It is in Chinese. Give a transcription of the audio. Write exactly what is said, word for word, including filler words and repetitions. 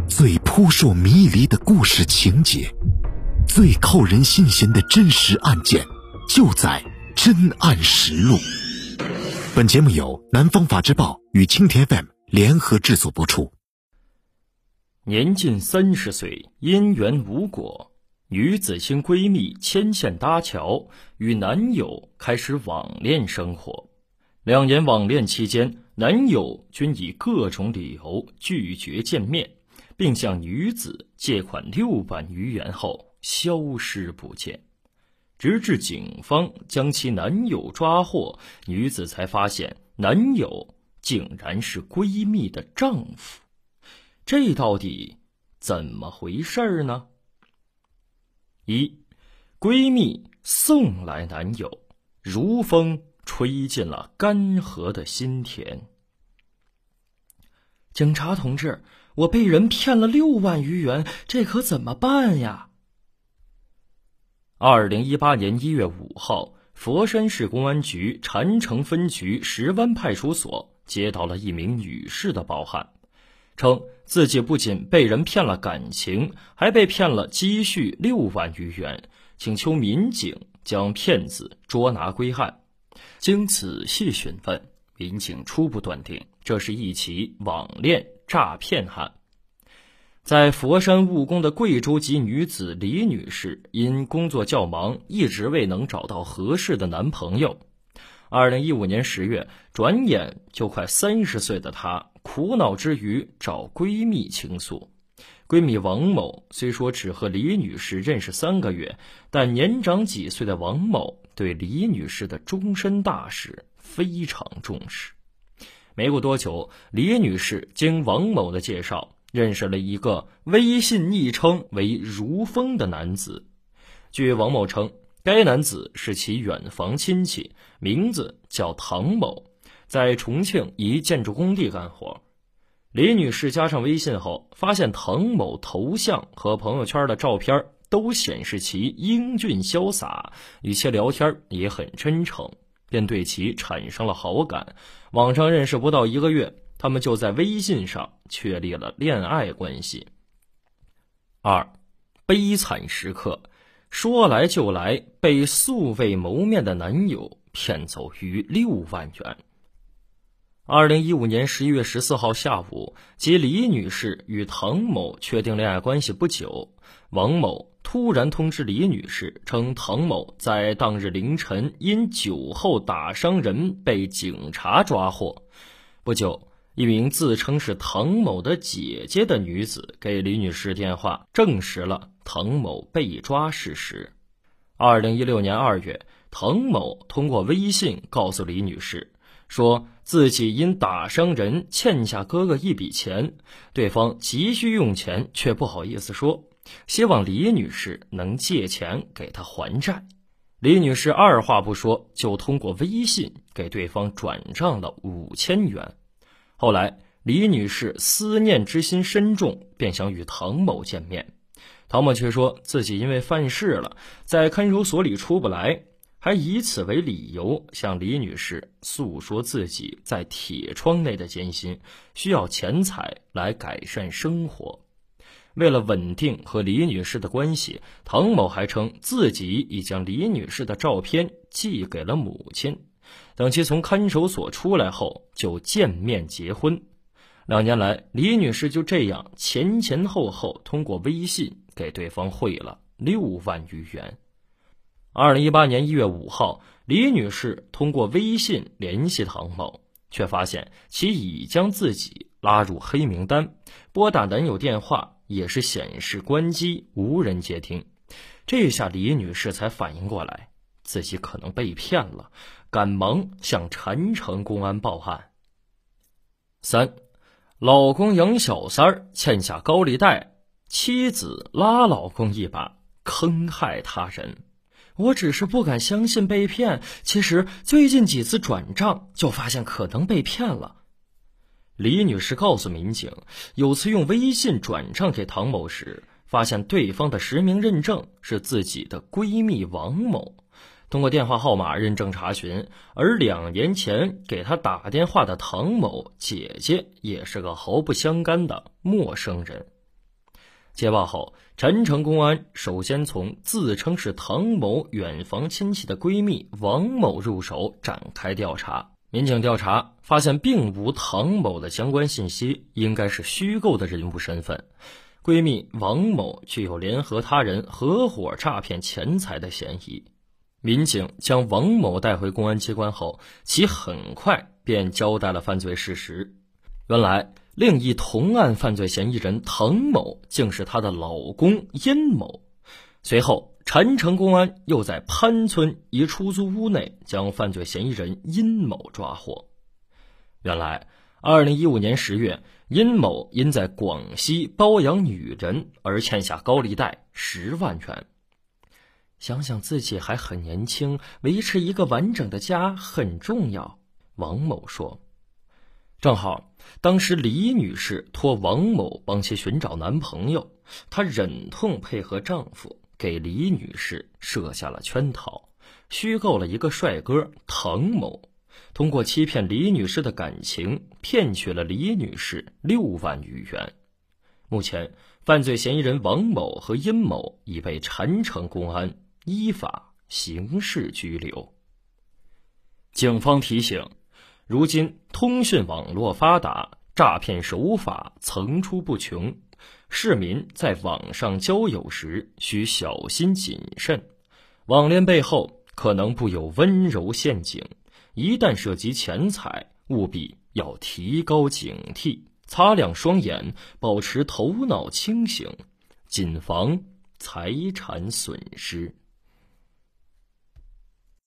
最扑朔迷离的故事情节，最扣人心弦的真实案件，就在《真案实录》。本节目由南方法制报与蜻蜓 F M 联合制作播出。 年近三十岁，姻缘无果，女子经闺蜜牵线搭桥，与男友开始网恋生活。两年网恋期间，男友均以各种理由拒绝见面，并向女子借款六万余元后消失不见。直至警方将其男友抓获，女子才发现男友竟然是闺蜜的丈夫。这到底怎么回事呢？一，闺蜜送来男友，如风吹进了干涸的心田。警察同志，我被人骗了六万余元，这可怎么办呀？二零一八年一月五号，佛山市公安局禅城分局石湾派出所接到了一名女士的报案，称自己不仅被人骗了感情，还被骗了积蓄六万余元，请求民警将骗子捉拿归案。经仔细询问，民警初步断定这是一起网恋诈骗案。在佛山务工的贵州籍女子李女士，因工作较忙，一直未能找到合适的男朋友。二零一五年十月，转眼就快三十岁的她，苦恼之余找闺蜜倾诉。闺蜜王某虽说只和李女士认识三个月，但年长几岁的王某对李女士的终身大事非常重视。没过多久，李女士经王某的介绍，认识了一个微信昵称为如风的男子。据王某称，该男子是其远房亲戚，名字叫唐某，在重庆一建筑工地干活。李女士加上微信后，发现唐某头像和朋友圈的照片都显示其英俊潇洒，与其聊天也很真诚，便对其产生了好感。网上认识不到一个月，他们就在微信上确立了恋爱关系。二，悲惨时刻，说来就来，被素未谋面的男友骗走逾六万元。二零一五年十一月十四号下午，即李女士与唐某确定恋爱关系不久，王某突然通知李女士称，唐某在当日凌晨因酒后打伤人被警察抓获。不久，一名自称是唐某的姐姐的女子给李女士电话，证实了唐某被抓事实。二零一六年二月，唐某通过微信告诉李女士，说自己因打伤人欠下哥哥一笔钱，对方急需用钱却不好意思说，希望李女士能借钱给他还债。李女士二话不说，就通过微信给对方转账了五千元。后来李女士思念之心深重，便想与唐某见面，唐某却说自己因为犯事了，在看守所里出不来，还以此为理由向李女士诉说自己在铁窗内的艰辛，需要钱财来改善生活。为了稳定和李女士的关系，唐某还称自己已将李女士的照片寄给了母亲，等其从看守所出来后就见面结婚。两年来，李女士就这样前前后后通过微信给对方汇了六万余元。二零一八年一月五号，李女士通过微信联系唐某，却发现其已将自己拉入黑名单，拨打男友电话也是显示关机，无人接听。这下李女士才反应过来，自己可能被骗了，赶忙向禅城公安报案。三，老公养小三儿欠下高利贷，妻子拉老公一把，坑害他人。我只是不敢相信被骗，其实最近几次转账就发现可能被骗了。李女士告诉民警，有次用微信转账给唐某时，发现对方的实名认证是自己的闺蜜王某，通过电话号码认证查询，而两年前给她打电话的唐某姐姐也是个毫不相干的陌生人。 接报后，陈城公安首先从自称是唐某远房亲戚的闺蜜王某入手展开调查。民警调查发现，并无唐某的相关信息，应该是虚构的人物身份。闺蜜王某具有联合他人合伙诈骗钱财的嫌疑。民警将王某带回公安机关后，其很快便交代了犯罪事实。原来，另一同案犯罪嫌疑人唐某竟是她的老公殷某。随后，陈城公安又在潘村一出租屋内将犯罪嫌疑人殷某抓获。原来，二零一五年十月，殷某因在广西包养女人而欠下高利贷十万元。想想自己还很年轻，维持一个完整的家很重要，王某说。正好，当时李女士托王某帮其寻找男朋友，她忍痛配合丈夫，给李女士设下了圈套，虚构了一个帅哥唐某，通过欺骗李女士的感情，骗取了李女士六万余元。目前，犯罪嫌疑人王某和殷某已被陈城公安依法刑事拘留。警方提醒，如今通讯网络发达，诈骗手法层出不穷，市民在网上交友时需小心谨慎，网恋背后可能布有温柔陷阱，一旦涉及钱财，务必要提高警惕，擦亮双眼，保持头脑清醒，谨防财产损失。